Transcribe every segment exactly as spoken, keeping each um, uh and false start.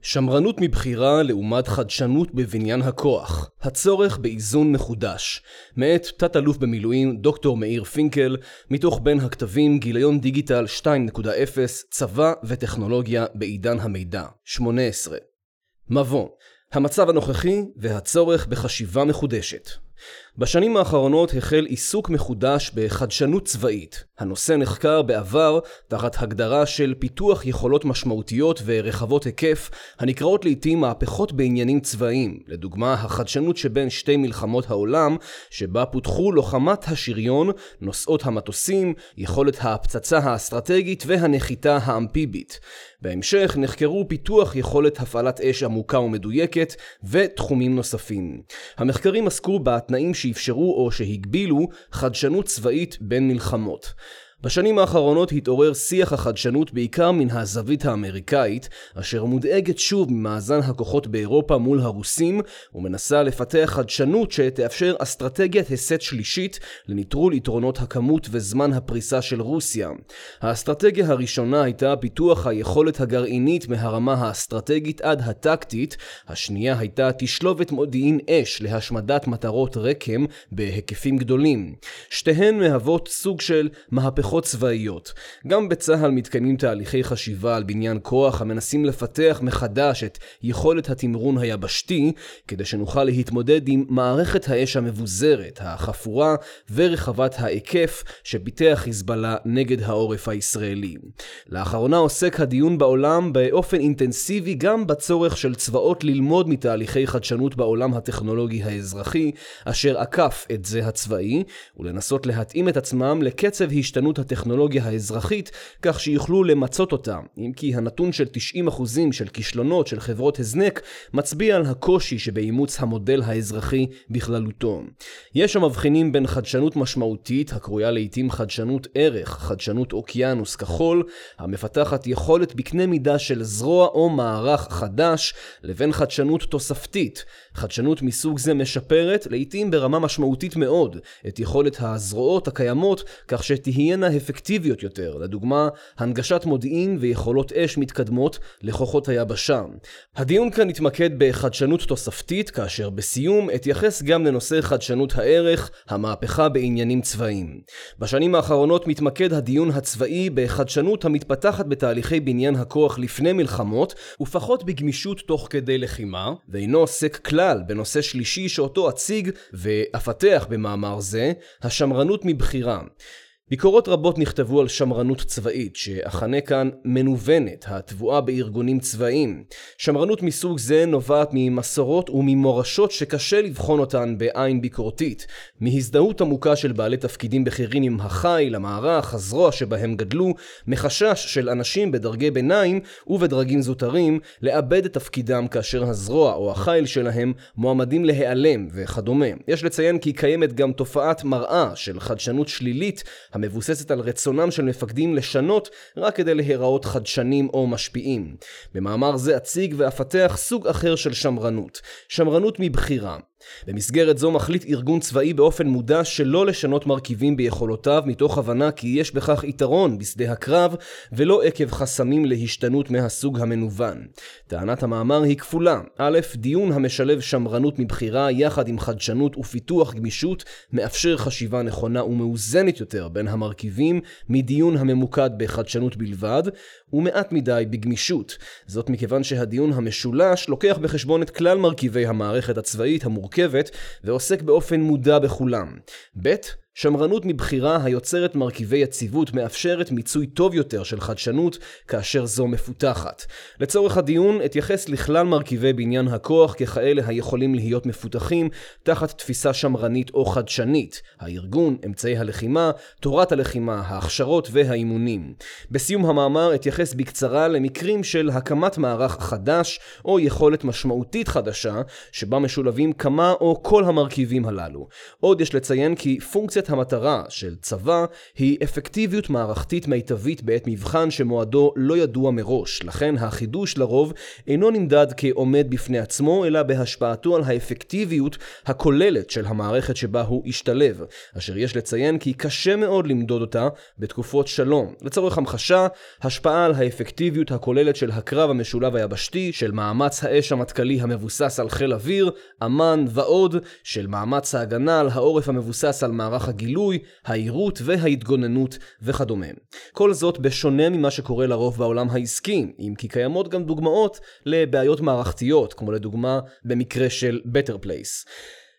שמרנות מבחירה לעומת חדשנות בבניין הכוח. הצורך באיזון מחודש. מאת תת-אלוף במילואים דוקטור מאיר פינקל, מתוך בין הכתבים גיליון דיגיטל שתיים נקודה אפס, צבא וטכנולוגיה בעידן המידע. שמונה עשרה. מבוא. המצב הנוכחי והצורך בחשיבה מחודשת. בשנים האחרונות החל עיסוק מחודש בחדשנות צבאית. הנושא נחקר בעבר תחת הגדרה של פיתוח יכולות משמעותיות ורחבות היקף, הנקראות לעתים מהפכות בעניינים צבאיים, לדוגמה החדשנות שבין שתי מלחמות העולם, שבה פותחו לוחמת השריון, נושאות המטוסים, יכולת ההפצצה האסטרטגית והנחיתה האמפיבית. בהמשך נחקרו פיתוח יכולת הפעלת אש עמוקה ומדויקת ותחומים נוספים. המחקרים עסקו בתנאים שאפשרו או שהגבילו חדשנות צבאית בין מלחמות. בשנים האחרונות התעורר שיח החדשנות בעיקר מן הזווית האמריקאית, אשר מודאגת שוב ממאזן הכוחות באירופה מול הרוסים, ומנסה לפתח חדשנות שתאפשר אסטרטגיית הסת שלישית לניטרול יתרונות הכמות וזמן הפריסה של רוסיה. האסטרטגיה הראשונה הייתה פיתוח היכולת הגרעינית מהרמה האסטרטגית עד הטקטית, השנייה הייתה תשלובת מודיעין אש להשמדת מטרות רקם בהיקפים גדולים. שתיהן מהוות סוג של מהפכות צבאיות. גם בצה"ל מתקיימים תהליכי חשיבה על בניין כוח המנסים לפתח מחדש את יכולת התמרון היבשתי, כדי שנוכל להתמודד עם מערכת האש המבוזרת, החפורה ורחבת ההיקף שפיתח חיזבאללה נגד העורף הישראלי. לאחרונה עוסק הדיון בעולם באופן אינטנסיבי גם בצורך של צבאות ללמוד מתהליכי חדשנות בעולם הטכנולוגי האזרחי, אשר עקף את זה הצבאי, ולנסות להתאים את עצמם לקצב השתנות הטכנולוגיה האזרחית, כך שיוכלו למצות אותה, אם כי הנתון של תשעים אחוזים של כישלונות של חברות הזנק מצביע על הקושי שבאימוץ המודל האזרחי בכללותו. יש המבחינים בין חדשנות משמעותית, הקרויה לעתים חדשנות ערך, חדשנות אוקיינוס כחול, המפתחת יכולת בקנה מידה של זרוע או מערך חדש, לבין חדשנות תוספתית. חדשנות מסוג זה משפרת, לעתים ברמה משמעותית מאוד, את יכולת הזרועות הקיימות, כך שתהיינה אפקטיביות יותר, לדוגמה, הנגשת מודיעין ויכולות אש מתקדמות לכוחות היבשה. הדיון כאן התמקד בחדשנות תוספתית, כאשר בסיום אתייחס גם לנושא חדשנות הערך, המהפכה בעניינים צבאיים. בשנים האחרונות מתמקד הדיון הצבאי בחדשנות המתפתחת בתהליכי בניין הכוח לפני מלחמות, ופחות בגמישות תוך כדי לחימה, ואינו עוסק כלל בנושא שלישי שאותו אציג ואפתח במאמר זה, השמרנות מבחירה. ביקורות רבות נכתבו על שמרנות צבאית, שאכנה כאן מנוונת, התבואה בארגונים צבאיים. שמרנות מסוג זה נובעת ממסורות וממורשות שקשה לבחון אותן בעין ביקורתית, מהזדהות עמוקה של בעלי תפקידים בכירים עם החיל, המערך, הזרוע שבהם גדלו, מחשש של אנשים בדרגי ביניים ובדרגים זוטרים לאבד את תפקידם כאשר הזרוע או החיל שלהם מועמדים להיעלם וכדומה. יש לציין כי קיימת גם תופעת מראה של חדשנות שלילית, המבוססת על רצונם של מפקדים לשנות רק כדי להיראות חדשנים או משפיעים. במאמר זה אציג ואפתח סוג אחר של שמרנות, שמרנות מבחירה. במסגרת זו מחליט ארגון צבאי באופן מודע שלא לשנות מרכיבים ביכולותיו, מתוך הבנה כי יש בכך יתרון בשדה הקרב ולא עקב חסמים להשתנות מהסוג המנוון. טענת המאמר היא כפולה. א', דיון המשלב שמרנות מבחירה יחד עם חדשנות ופיתוח גמישות מאפשר חשיבה נכונה ומאוזנת יותר בין המרכיבים מדיון הממוקד בחדשנות בלבד ומעט מדי בגמישות. זאת מכיוון שהדיון המשולש לוקח בחשבון את כלל מרכיבי המערכת הצבאית המורכבת ועוסק באופן מודע בכולם. ב', שמרנות מבחירה היוצרת מרכיבי יציבות מאפשרת מיצוי טוב יותר של חדשנות כאשר זו מפותחת. לצורך הדיון אתייחס לכלל מרכיבי בניין הכוח ככאלה היכולים להיות מפותחים תחת תפיסה שמרנית או חדשנית, הארגון, אמצעי הלחימה, תורת הלחימה, ההכשרות והאימונים. בסיום המאמר אתייחס בקצרה למקרים של הקמת מערך חדש או יכולת משמעותית חדשה שבה משולבים כמה או כל המרכיבים הללו. עוד יש לציין כי פונקציית מסגרת המטרה של צבא היא אפקטיביות מערכתית מיטבית בעת מבחן שמועדו לא ידוע מראש, לכן החידוש לרוב אינו נמדד כעומד בפני עצמו, אלא בהשפעתו על האפקטיביות הכוללת של המערכת שבה הוא השתלב, אשר יש לציין כי קשה מאוד למדוד אותה בתקופות שלום. לצורך המחשה, השפעה על האפקטיביות הכוללת של הקרב המשולב היבשתי, של מאמץ האש המטכ"לי המבוסס על חיל אוויר, אמן ועוד, של מאמץ ההגנה על העורף המבוסס על מערך הגילוי, העירות וההתגוננות וכדומה. כל זאת בשונה ממה שקורה לרוב בעולם העסקי, אם כי קיימות גם דוגמאות לבעיות מערכתיות, כמו לדוגמה במקרה של Better Place.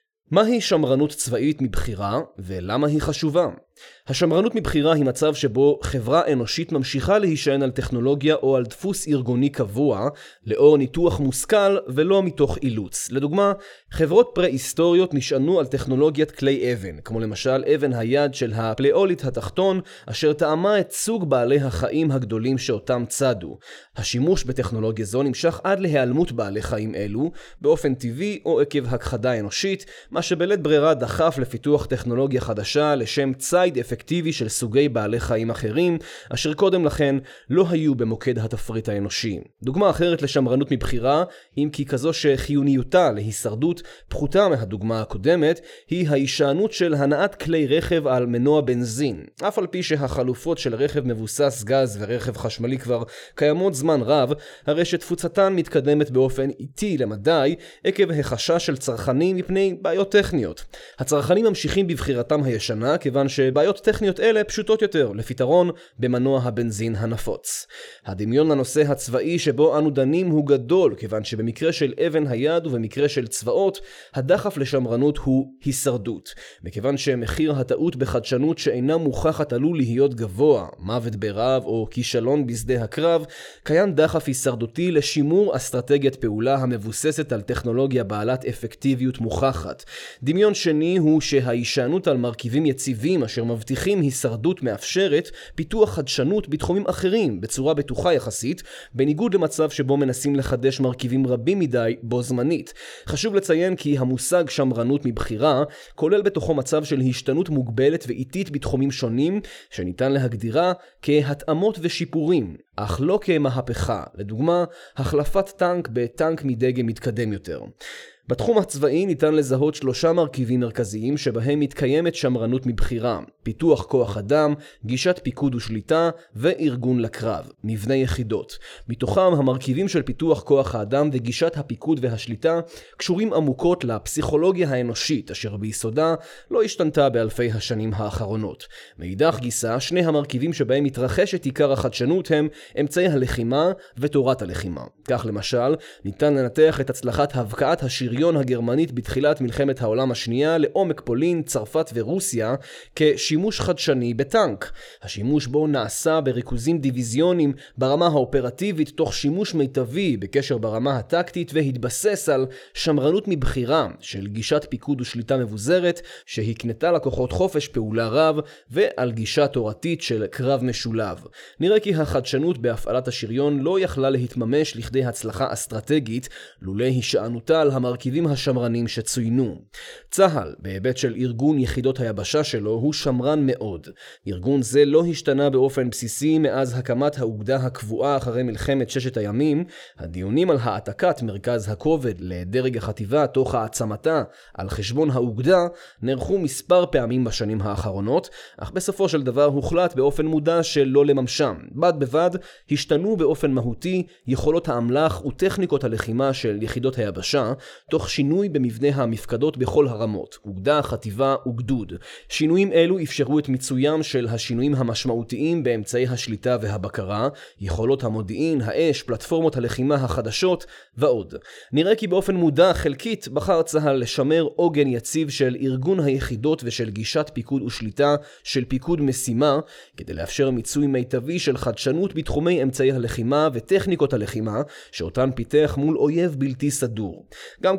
מהי שמרנות צבאית מבחירה ולמה היא חשובה? השמרנות מבחירה היא מצב שבו חברה אנושית ממשיכה להישען על טכנולוגיה או על דפוס ארגוני קבוע, לאור ניתוח מושכל ולא מתוך אילוץ. לדוגמה, חברות פרה-היסטוריות נשענו על טכנולוגיית כלי אבן, כמו למשל אבן היד של הפלאוליט התחתון, אשר טעמה את סוג בעלי החיים הגדולים שאותם צדו. השימוש בטכנולוגיה זו נמשך עד להיעלמות בעלי חיים אלו, באופן טבעי או עקב הכחדה אנושית, מה שבלית ברירה דחף לפיתוח טכנולוגיה חדשה לשם ציד אפקטיבי של סוגי בעלי חיים אחרים, אשר קודם לכן לא היו במוקד התפריט האנושי. דוגמה אחרת לשמרנות מבחירה, אם כי כזו שחיוניותה להישרדות פחותה מהדוגמה הקודמת, היא ההישענות של הנעת כלי רכב על מנוע בנזין. אף על פי שהחלופות של רכב מבוסס גז ורכב חשמלי כבר קיימות זמן רב, הרי שתפוצתן מתקדמת באופן איטי למדי, עקב החשש של צרכנים מפני בעיות טכניות. הצרכנים ממשיכים בבחירתם הישנה, כיוון שבעיות טכניות אלה פשוטות יותר לפתרון במנוע הבנזין הנפוץ. הדמיון לנושא הצבאי שבו אנו דנים הוא גדול, כיוון שבמקרה של אבן היד ובמקרה של צבאות, הדחף לשמרנות הוא הישרדות. מכיוון שמחיר הטעות בחדשנות שאינה מוכחת עלול להיות גבוה, מוות ברעב או כישלון בשדה הקרב, קיים דחף הישרדותי לשימור אסטרטגיית פעולה המבוססת על טכנולוגיה בעלת אפקטיביות מוכחת. דמיון שני הוא שההישענות על מרכיבים יציבים אשר מבטיחים הישרדות מאפשרת פיתוח חדשנות בתחומים אחרים בצורה בטוחה יחסית, בניגוד למצב שבו מנסים לחדש מרכיבים רבים מדי בו זמנית. חשוב לציין כי המושג שמרנות מבחירה כולל בתוכו מצב של השתנות מוגבלת ואיטית בתחומים שונים, שניתן להגדירה כהתאמות ושיפורים, אך לא כמהפכה, לדוגמה, החלפת טנק בטנק מדגם מתקדם יותר. בתחום הצבאי ניתן לזהות שלושה מרכיבים מרכזיים שבהם מתקיימת שמרנות מבחירה: פיתוח כוח אדם, גישת פיקוד ושליטה וארגון לקרב, מבנה יחידות. מתוכם המרכיבים של פיתוח כוח האדם וגישת הפיקוד והשליטה קשורים עמוקות לפסיכולוגיה האנושית, אשר ביסודה לא השתנתה באלפי השנים האחרונות. מאידך גיסה, שני המרכיבים שבהם מתרחשת עיקר החדשנות הם אמצעי הלחימה ותורת הלחימה. כך למשל, ניתן לנתח את הצלחת הבקעת השריון הגרמנית בתחילת מלחמת העולם השנייה לעומק פולין, צרפת ורוסיה כשימוש חדשני בטנק. השימוש בו נעשה בריכוזים דיוויזיונים ברמה האופרטיבית תוך שימוש מיטבי בקשר ברמה הטקטית, והתבסס על שמרנות מבחירה של גישת פיקוד ושליטה מבוזרת שהקנתה לכוחות חופש פעולה רב, ועל גישה תורתית של קרב משולב. נראה כי החדשנות בהפעלת השריון לא יכלה להתממש לכדי הצלחה אסטרטגית לולא הישענותה על המרכיבים השמרנים שצוינו. צה"ל, בהיבט של ארגון יחידות היבשה שלו, הוא שמרן מאוד. ארגון זה לא השתנה באופן בסיסי מאז הקמת האוגדה הקבועה אחרי מלחמת ששת הימים. הדיונים על העתקת מרכז הכובד לדרג החטיבה תוך העצמתה על חשבון האוגדה נערכו מספר פעמים בשנים האחרונות, אך בסופו של דבר הוחלט באופן מודע שלא לממשם. בד בבד השתנו באופן מהותי יכולות האמל"ח וטכניקות הלחימה של יחידות היבשה, תוך שינוי במבנה המפקדות בכל הרמות, אוגדה, חטיבה וגדוד. שינויים אלו אפשרו את מיצוים של השינויים המשמעותיים באמצעי השליטה והבקרה, יכולות המודיעין, האש, פלטפורמות הלחימה החדשות ועוד. נראה כי באופן מודע חלקית בחר צה"ל לשמר עוגן יציב של ארגון היחידות ושל גישת פיקוד ושליטה של פיקוד משימה, כדי לאפשר מיצוי מיטבי של חדשנות בתחומי אמצעי הלחימה וטכניקות הלחימה שאותן פיתח מול אויב בלתי סדור. גם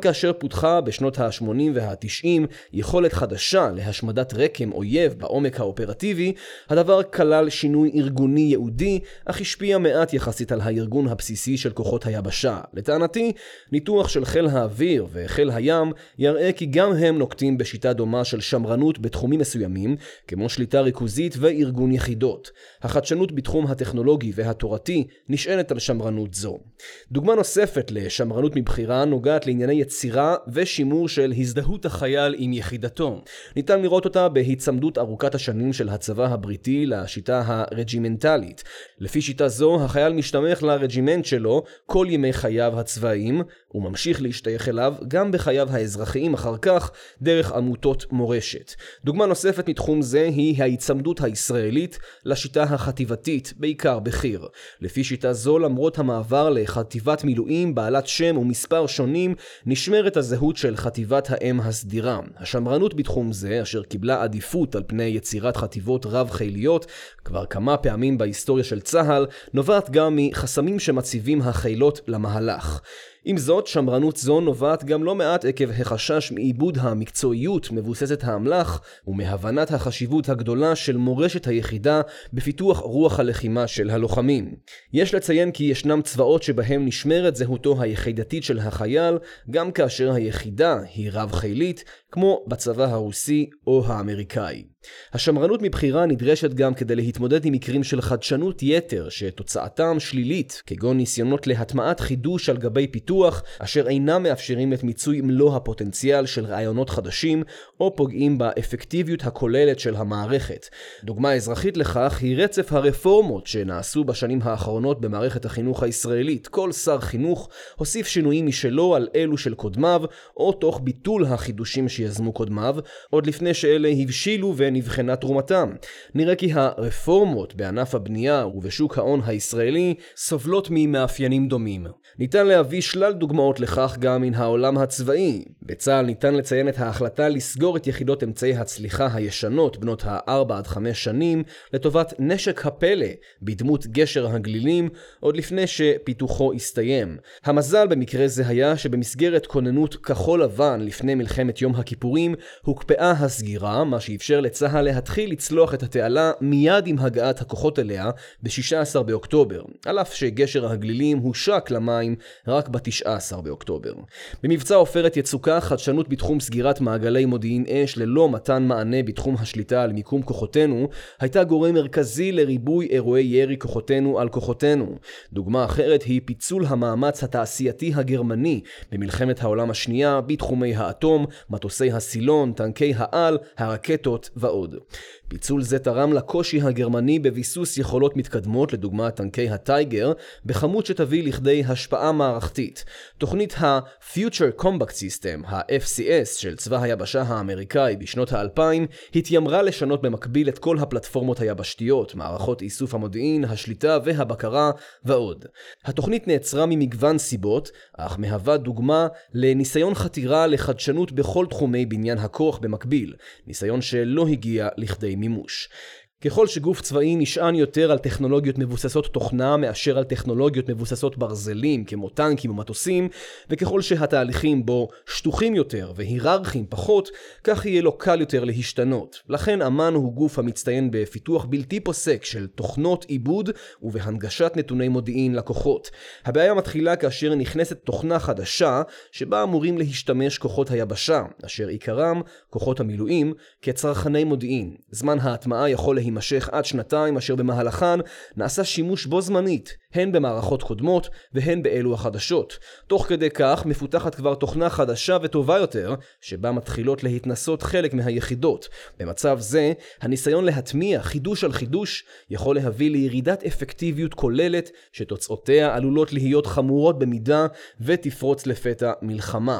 כאשר פותחה בשנות ה-שמונים וה-תשעים יכולת חדשה להשמדת רקם אויב בעומק האופרטיבי, הדבר כלל שינוי ארגוני ייעודי, אך השפיע מעט יחסית על הארגון הבסיסי של כוחות היבשה. לטענתי, ניתוח של חיל האוויר וחיל הים יראה כי גם הם נוקטים בשיטה דומה של שמרנות בתחומים מסוימים, כמו שליטה ריכוזית וארגון יחידות. החדשנות בתחום הטכנולוגי והתורתי נשענת על שמרנות זו. דוגמה נוספת לשמרנות מבחירה נוגעת לענייני יצירה ושימור של הזדהות החייל עם יחידתו. ניתן לראות אותה בהצמדות ארוכת השנים של הצבא הבריטי לשיטה הרג'ימנטלית. לפי שיטה זו, החייל משתמך לרג'ימנט שלו כל ימי חייו הצבאיים, וממשיך להשתייך אליו גם בחייו האזרחיים אחר כך דרך עמותות מורשת. דוגמה נוספת מתחום זה היא ההצמדות הישראלית לשיטה החטיבתית, בעיקר בחי"ר. לפי שיטה זו, למרות המעבר לחטיבת מילואים בעלת שם ומספר שונים, נשמרת הזהות של חטיבת האם הסדירה. השמרנות בתחום זה, אשר קיבלה עדיפות על פני יצירת חטיבות רב חיליות כבר כמה פעמים בהיסטוריה של צה"ל, נובעת גם מחסמים שמציבים החילות למהלך. עם זאת, שמרנות זו נובעת גם לא מעט עקב החשש מאיבוד המקצועיות מבוססת האמל"ח ומהבנת החשיבות הגדולה של מורשת היחידה בפיתוח רוח הלחימה של הלוחמים. יש לציין כי ישנם צבאות שבהם נשמרת זהותו היחידתית של החייל גם כאשר היחידה היא רב חילית, כמו בצבא הרוסי או האמריקאי. השמרנות מבחירה נדרשת גם כדי להתמודד עם מקרים של חדשנות יתר שתוצאתם שלילית, כגון ניסיונות להטמעת חידוש על גבי פיתוח אשר אינם מאפשרים את מיצוי מלוא הפוטנציאל של רעיונות חדשים או פוגעים באפקטיביות הכוללת של המערכת. דוגמה אזרחית לכך היא רצף הרפורמות שנעשו בשנים האחרונות במערכת החינוך הישראלית. כל שר חינוך הוסיף שינויים משלו על אלו של קודמיו, או תוך ביטול החידושים שיזמו קודמיו, עוד לפני שאלה הבשילו ונבחנה תרומתם. נראה כי הרפורמות בענף הבנייה ובשוק ההון הישראלי סובלות ממאפיינים דומים. ניתן להביא שלל דוגמאות לכך גם מן העולם הצבאי. בצה"ל ניתן לציין את ההחלטה לסגור את יחידות אמצעי הצליחה הישנות בנות הארבע עד חמש שנים לטובת נשק הפלא בדמות גשר הגלילים, עוד לפני שפיתוחו הסתיים. המזל במקרה זה היה שבמסגרת כוננות כחול לבן לפני מלחמת יום הכיפורים הוקפאה הסגירה, מה שאפשר לצה"ל להתחיל לצלוח את התעלה מיד עם הגעת הכוחות אליה ב-שישה עשר באוקטובר, על אף שגשר הגלילים הושק למים רק ב-תשעה עשר באוקטובר. במבצע עופרת יצוקה, חדשנות בתחום סגירת מעגלי מודיעין אש ללא מתן מענה בתחום השליטה על מיקום כוחותינו הייתה גורם מרכזי לריבוי אירועי ירי כוחותינו על כוחותינו. דוגמה אחרת היא פיצול המאמץ התעשייתי הגרמני במלחמת העולם השנייה בתחומי האטום, מטוסי הסילון, טנקי העל, הרקטות ועוד. פיצול זה תרם לקושי הגרמני בביסוס יכולות מתקדמות, לדוגמה טנקי הטייגר, בכמות שתביא לכדי השפעה מערכתית. תוכנית ה-Future Combat System, ה-אף סי אס של צבא היבשה האמריקאי בשנות האלפיים, התיימרה לשנות במקביל את כל הפלטפורמות היבשתיות, מערכות איסוף המודיעין, השליטה והבקרה ועוד. התוכנית נעצרה ממגוון סיבות, אך מהווה דוגמה לניסיון חתירה לחדשנות בכל תחומי בניין הכוח במקביל, ניסיון שלא הגיע לכדי מימוש. ככל שגוף צבאי נשען יותר על טכנולוגיות מבוססות תוכנה מאשר על טכנולוגיות מבוססות ברזלים כמו טנקים ומטוסים, וככל שהתהליכים בו שטוחים יותר והיררכיים פחות, כך יהיה לו קל יותר להשתנות. לכן אמ"ן הוא גוף המצטיין בפיתוח בלתי פוסק של תוכנות עיבוד ובהנגשת נתוני מודיעין לכוחות. הבעיה מתחילה כאשר נכנסת תוכנה חדשה שבה אמורים להשתמש כוחות היבשה, אשר עיקרם כוחות המילואים, כצרכני מודיעין. זמן ההטמעה יכול להימשך יימשך עד שנתיים, אשר במהלכן נעשה שימוש בו זמנית, הן במערכות קודמות והן באלו החדשות. תוך כדי כך מפותחת כבר תוכנה חדשה וטובה יותר, שבה מתחילות להתנסות חלק מהיחידות. במצב זה, הניסיון להטמיע חידוש על חידוש יכול להביא לירידת אפקטיביות כוללת, שתוצאותיה עלולות להיות חמורות במידה ותפרוץ לפתע מלחמה.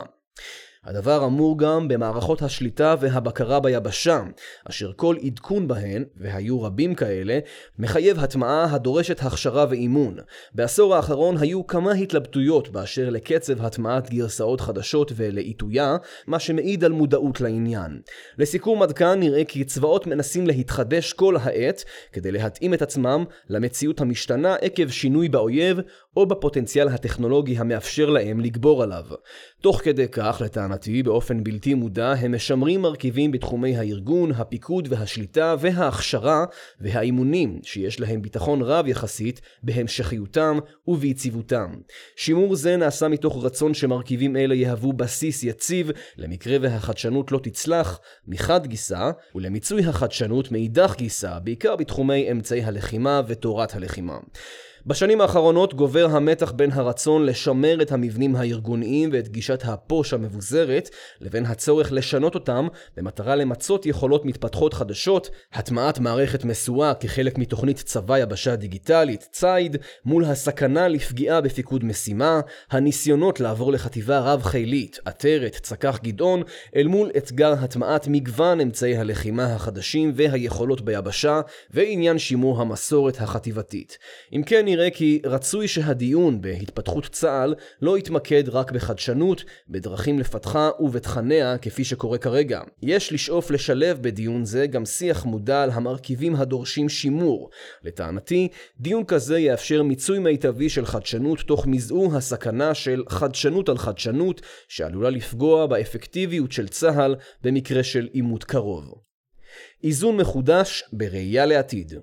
הדבר אמור גם במערכות השליטה והבקרה ביבשה, אשר כל עדכון בהן, והיו רבים כאלה, מחייב הטמעה הדורשת הכשרה ואימון. בעשור האחרון היו כמה התלבטויות באשר לקצב הטמעת גרסאות חדשות ולעיתויה, מה שמעיד על מודעות לעניין. לסיכום, עד כאן נראה כי צבאות מנסים להתחדש כל העת כדי להתאים את עצמם למציאות המשתנה עקב שינוי באויב או בפוטנציאל הטכנולוגי המאפשר להם לגבור עליו. תוך כדי כך, לטענתי, באופן בלתי מודע, הם משמרים מרכיבים בתחומי הארגון, הפיקוד והשליטה וההכשרה והאימונים שיש להם ביטחון רב יחסית בהמשכיותם וביציבותם. שימור זה נעשה מתוך רצון שמרכיבים אלה יהוו בסיס יציב למקרה והחדשנות לא תצלח מחד גיסה, ולמיצוי החדשנות מאידך גיסה, בעיקר בתחומי אמצעי הלחימה ותורת הלחימה. בשנים האחרונות גובר המתח בין הרצון לשמר את המבנים הארגוניים ואת גישת הפוש המבוזרת, לבין הצורך לשנות אותם במטרה למצות יכולות מתפתחות חדשות, הטמעת מערכת מסועה כחלק מתוכנית צבא יבשה דיגיטלית, צייד, מול הסכנה לפגיעה בפיקוד משימה, הניסיונות לעבור לחטיבה רב חילית, עטרת, צקח גדעון, אל מול אתגר הטמעת מגוון אמצעי הלחימה החדשים והיכולות ביבשה, ועניין שימור המסורת החטיבתית. אם כן, נראה כי רצוי שהדיון בהתפתחות צה"ל לא יתמקד רק בחדשנות, בדרכים לפתחה ובתכניה כפי שקורה כרגע. יש לשאוף לשלב בדיון זה גם שיח מודע על המרכיבים הדורשים שימור. לטענתי, דיון כזה יאפשר מיצוי מיטבי של חדשנות תוך מזעור הסכנה של חדשנות על חדשנות שעלולה לפגוע באפקטיביות של צה"ל במקרה של עימות קרוב. איזון מחודש בראייה לעתיד.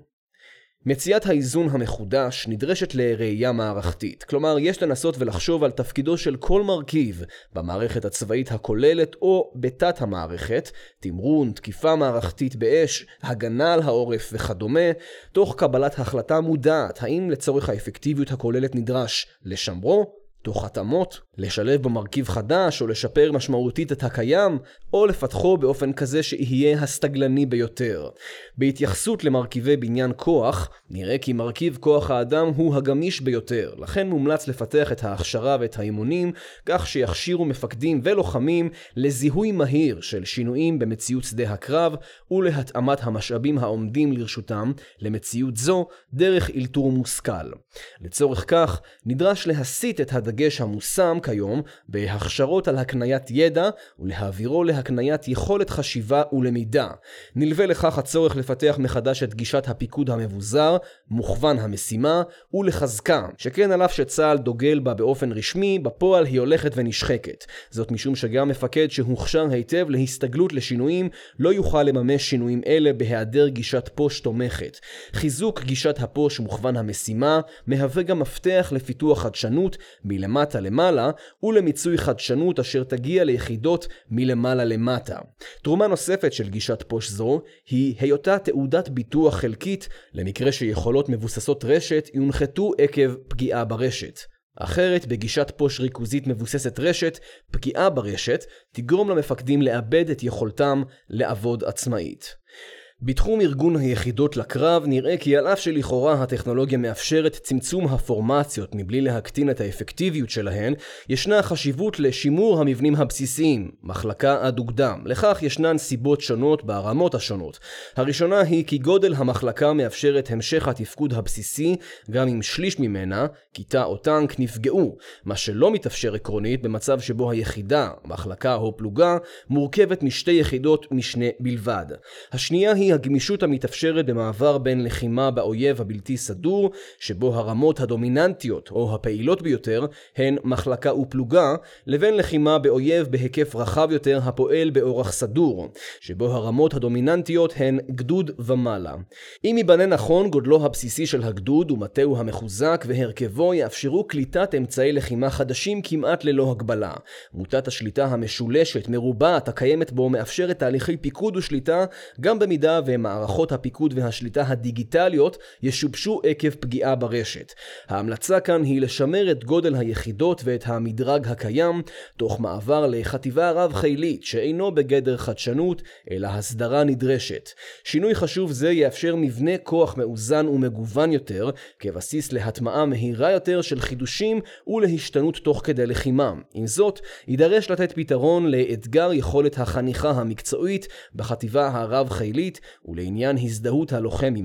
מציאת האיזון המחודש נדרשת לראייה מערכתית, כלומר יש לנסות ולחשוב על תפקידו של כל מרכיב במערכת הצבאית הכוללת או בתת המערכת, תמרון, תקיפה מערכתית באש, הגנה על העורף וכדומה, תוך קבלת החלטה מודעת האם לצורך האפקטיביות הכוללת נדרש לשמרו, תוך התאמות, לשלב במרכיב חדש או לשפר משמעותית את הקיים, או לפתחו באופן כזה שיהיה הסתגלני ביותר. בהתייחסות למרכיבי בניין כוח, נראה כי מרכיב כוח האדם הוא הגמיש ביותר, לכן מומלץ לפתח את ההכשרה ואת האימונים, כך שיכשירו מפקדים ולוחמים לזיהוי מהיר של שינויים במציאות שדה הקרב, ולהתאמת המשאבים העומדים לרשותם למציאות זו דרך אלתור מושכל. לצורך כך, נדרש להסיט את הדגש המושם כיום בהכשרות על הקניית ידע ולהעבירו להקניית יכולת חשיבה ולמידה. נלווה לכך הצורך לפתח מחדש את גישת הפיקוד המבוזר, מוכוון המשימה ולחזקה, שכן על אף שצה"ל דוגל בה באופן רשמי, בפועל היא הולכת ונשחקת. זאת משום שגם מפקד שהוכשר היטב להסתגלות לשינויים לא יוכל לממש שינויים אלה בהיעדר גישת פוש תומכת. חיזוק גישת הפוש מוכוון המשימה מהווה גם מפתח לפיתוח חדשנות מלמטה למעלה ולמיצוי חדשנות אשר תגיע ליחידות מלמעלה למטה. תרומה נוספת של גישת פוש זו היא היותה תעודת ביטוח חלקית למקרה שיכולות מבוססות רשת יונחתו עקב פגיעה ברשת. אחרת, בגישת פוש ריכוזית מבוססת רשת, פגיעה ברשת תגרום למפקדים לאבד את יכולתם לעבוד עצמאית. בתחום ארגון היחידות לקרב נראה כי על אף שלכאורה הטכנולוגיה מאפשרת צמצום הפורמציות מבלי להקטין את האפקטיביות שלהן, ישנה חשיבות לשימור המבנים הבסיסיים, מחלקה עד אוגדם. לכך ישנן סיבות שונות ברמות השונות. הראשונה היא כי גודל המחלקה מאפשרת המשך התפקוד הבסיסי גם אם שליש ממנה, כיתה או טנק, נפגעו, מה שלא מתאפשר עקרונית במצב שבו היחידה, מחלקה או פלוגה, מורכבת משתי יחידות משנה בלבד. השנייה היא הגמישות המתאפשרת במעבר בין לחימה באויב הבלתי סדור, שבו הרמות הדומיננטיות או הפעילות ביותר הן מחלקה ופלוגה, לבין לחימה באויב בהיקף רחב יותר הפועל באורח סדור, שבו הרמות הדומיננטיות הן גדוד ומעלה. אם ייבנה נכון, גודלו הבסיסי של הגדוד ומטהו המחוזק והרכבו יאפשרו קליטת אמצעי לחימה חדשים כמעט ללא הגבלה. מוטת השליטה המשולשת מרובעת הקיימת בו מאפשרת תהליכי פיקוד ושליטה גם במידה ומערכות הפיקוד והשליטה הדיגיטליות ישובשו עקב פגיעה ברשת. ההמלצה כאן היא לשמר את גודל היחידות ואת המדרג הקיים, תוך מעבר לחטיבה רב חילית שאינו בגדר חדשנות, אלא הסדרה נדרשת. שינוי חשוב זה יאפשר מבנה כוח מאוזן ומגוון יותר, כבסיס להטמעה מהירה יותר של חידושים ולהשתנות תוך כדי לחימה. עם זאת, יידרש לתת פתרון לאתגר יכולת החניכה המקצועית בחטיבה הרב חילית ולעניין הזדהות הלוחם עמה.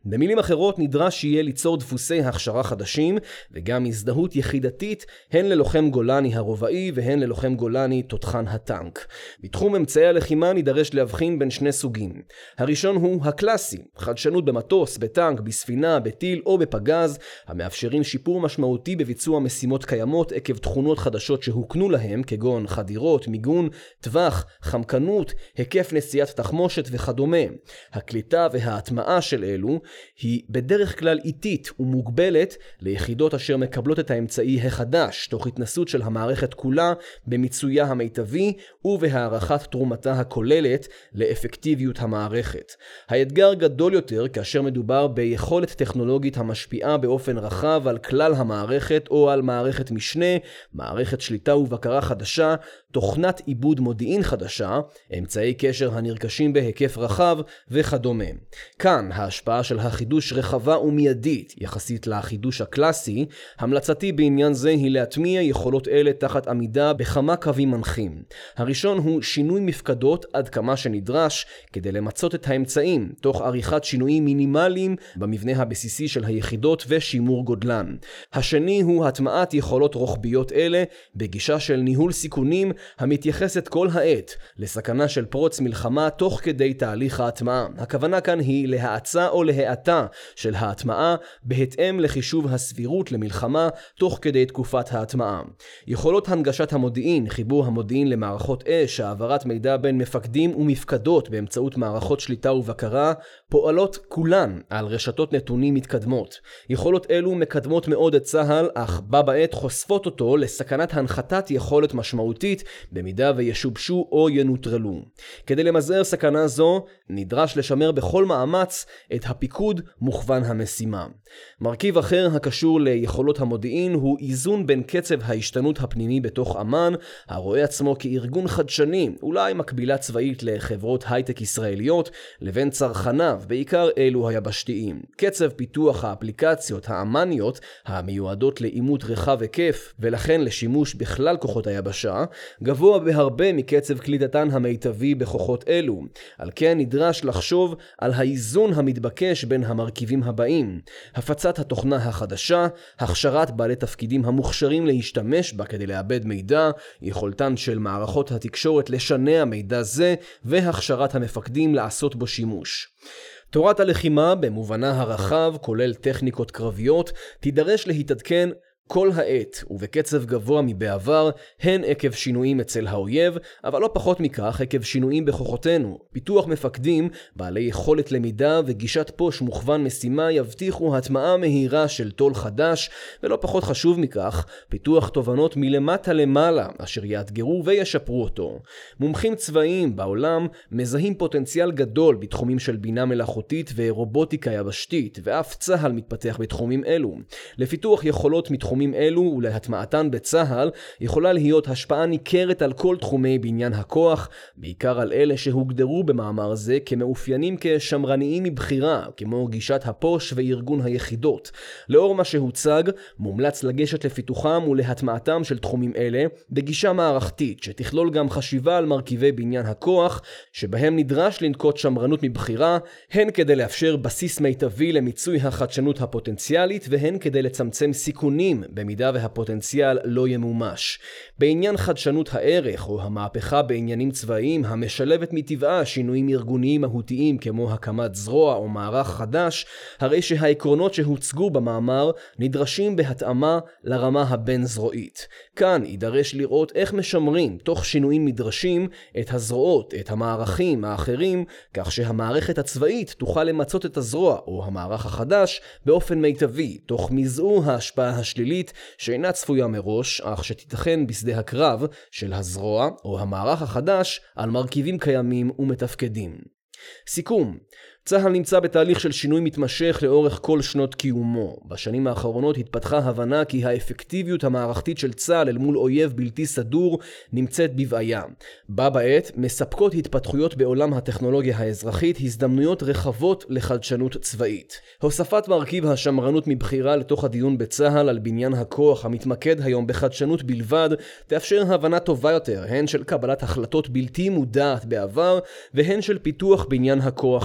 במילים אחרות, נדרש יהיה ליצור דפוסי הכשרה חדשים וגם הזדהות יחידתית הן ללוחם גולני הרובעי והן ללוחם גולני תותחן הטנק. בתחום אמצעי הלחימה נידרש להבחין בין שני סוגים. הראשון הוא הקלאסי, חדשנות במטוס, בטנק, בספינה, בטיל או בפגז, המאפשרים שיפור משמעותי בביצוע משימות קיימות עקב תכונות חדשות שהוקנו להם, כגון חדירות, מיגון, טווח, חמקנות, היקף נשיאת תחמושת וכדומה. הקליטה וההטמעה של אלו היא בדרך כלל איטית ומוגבלת ליחידות אשר מקבלות את האמצעי החדש, תוך התנסות של המערכת כולה במיצויה המיטבי ובהערכת תרומתה הכוללת לאפקטיביות המערכת. האתגר גדול יותר כאשר מדובר ביכולת טכנולוגית המשפיעה באופן רחב על כלל המערכת או על מערכת משנה, מערכת שליטה ובקרה חדשה, תוכנת עיבוד מודיעין חדשה, אמצעי קשר הנרכשים בהיקף רחב וכדומה. כאן ההשפעה של החידוש רחבה ומיידית יחסית לחידוש הקלאסי. המלצתי בעניין זה היא להטמיע יכולות אלה תחת עמידה בכמה קווים מנחים. הראשון הוא שינוי מפקדות עד כמה שנדרש כדי למצות את האמצעים, תוך עריכת שינויים מינימליים במבנה הבסיסי של היחידות ושימור גודלן. השני הוא הטמעת יכולות רוחביות אלה בגישה של ניהול סיכונים המתייחסת כל העת לסכנה של פרוץ מלחמה תוך כדי תהליך ההטמעה. הכוונה כאן היא להאצה או להאטה של ההטמעה בהתאם לחישוב הסבירות למלחמה תוך כדי תקופת ההטמעה. יכולות הנגשת המודיעין, חיבור המודיעין למערכות אש, העברת מידע בין מפקדים ומפקדות באמצעות מערכות שליטה ובקרה, פועלות כולן על רשתות נתונים מתקדמות. יכולות אלו מקדמות מאוד את צה"ל, אך בה בעת חושפות אותו לסכנת הנחתת יכולת משמעותית במידה וישובשו או ינוטרלו. כדי למזער סכנה זו, נדרש לשמר בכל מאמץ את הפיקוד מוכוון המשימה. מרכיב אחר הקשור ליכולות המודיעין הוא איזון בין קצב ההשתנות הפנימי בתוך אמ"ן, הרואה עצמו כארגון חדשני, אולי מקבילה צבאית לחברות הייטק ישראליות, לבין צרכניו, בעיקר אלו היבשתיים. קצב פיתוח האפליקציות האמ"ניות, המיועדות לאימות רחב היקף, ולכן לשימוש בכלל כוחות היבשה, גבוה בהרבה מקצב קליטתן המיטבי בכוחות אלו. על כן נדרש לחשוב על האיזון המתבקש בין המרכיבים הבאים: הפצת התוכנה החדשה, הכשרת בעלי תפקידים המוכשרים להשתמש בה כדי לאבד מידע, יכולתן של מערכות התקשורת לשנע מידע זה, והכשרת המפקדים לעשות בו שימוש. תורת הלחימה במובנה הרחב, כולל טכניקות קרביות, תידרש להתעדכן כל העת ובקצב גבוה מבעבר, הן עקב שינויים אצל האויב, אבל לא פחות מכך עקב שינויים בכוחותינו. פיתוח מפקדים בעלי יכולת למידה וגישת פוש מוכוון משימה יבטיחו הטמעה מהירה של תול חדש, ולא פחות חשוב מכך, פיתוח תובנות מלמטה למעלה אשר יאתגרו וישפרו אותו. מומחים צבאיים בעולם מזהים פוטנציאל גדול בתחומים של בינה מלאכותית ורובוטיקה יבשתית, ואף צה"ל מתפתח בתחומים אלו. לפיתוח יכולות מתחומים אלו ולהטמעתן בצה"ל יכולה להיות השפעה ניכרת על כל תחומי בניין הכוח, בעיקר על אלה שהוגדרו במאמר זה כמאופיינים כשמרניים מבחירה, כמו גישת הפוש וארגון היחידות. לאור מה שהוצג, מומלץ לגשת לפיתוחם ולהטמעתם של תחומים אלה בגישה מערכתית, שתכלול גם חשיבה על מרכיבי בניין הכוח, שבהם נדרש לנקוט שמרנות מבחירה, הן כדי לאפשר בסיס מיטבי למיצוי החדשנות הפוטנציאלית, והן כדי לצמצם סיכונים במידה והפוטנציאל לא ימומש. בעניין חדשנות הערך או המהפכה בעניינים צבאיים המשלבת מטבעה שינויים ארגוניים מהותיים כמו הקמת זרוע או מערך חדש, הרי שהעקרונות שהוצגו במאמר נדרשים בהתאמה לרמה הבין-זרועית. כאן יידרש לראות איך משמרים תוך שינויים מדרשים את הזרועות, את המערכים האחרים, כך שהמערכת הצבאית תוכל למצות את הזרוע או המערך החדש באופן מיטבי, תוך מזעור ההשפעה השלילית שאינה צפויה מראש, אך שתיתכן בשדה הקרב של הזרוע או המערך החדש על מרכיבים קיימים ומתפקדים. סיכום: צה"ל נמצא בתהליך של שינוי מתמשך לאורך כל שנות קיומו. בשנים האחרונות התפתחה הבנה כי האפקטיביות המערכתית של צה"ל אל מול אויב בלתי סדור נמצאת בבעיה. בה בעת מספקות התפתחויות בעולם הטכנולוגיה האזרחית הזדמנויות רחבות לחדשנות צבאית. הוספת מרכיב השמרנות מבחירה לתוך הדיון בצה"ל על בניין הכוח המתמקד היום בחדשנות בלבד תאפשר הבנה טובה יותר הן של קבלת החלטות בלתי מודעת בעבר והן של פיתוח בניין הכוח לעתיד.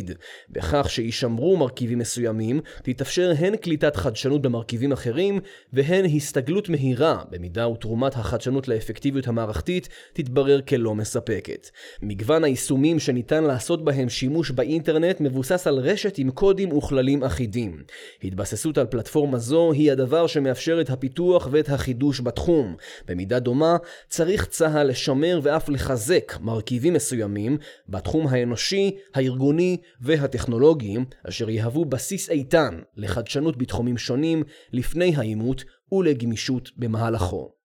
בעתיד. בכך שישמרו מרכיבים מסוימים, תתאפשר הן קליטת חדשנות במרכיבים אחרים, והן הסתגלות מהירה, במידה ותרומת החדשנות לאפקטיביות המערכתית תתברר כלא מספקת. מגוון היישומים שניתן לעשות בהם שימוש באינטרנט מבוסס על רשת עם קודים וכללים אחידים. התבססות על פלטפורמה זו היא הדבר שמאפשר את הפיתוח ואת החידוש בתחום. במידה דומה, צריך צה"ל לשמר ואף לחזק מרכיבים מסוימים בתחום האנושי, הארגוני והטכנולוגי, אשר יהוו בסיס איתן לחדשנות בתחומים שונים לפני העימות ולגמישות במהלכו.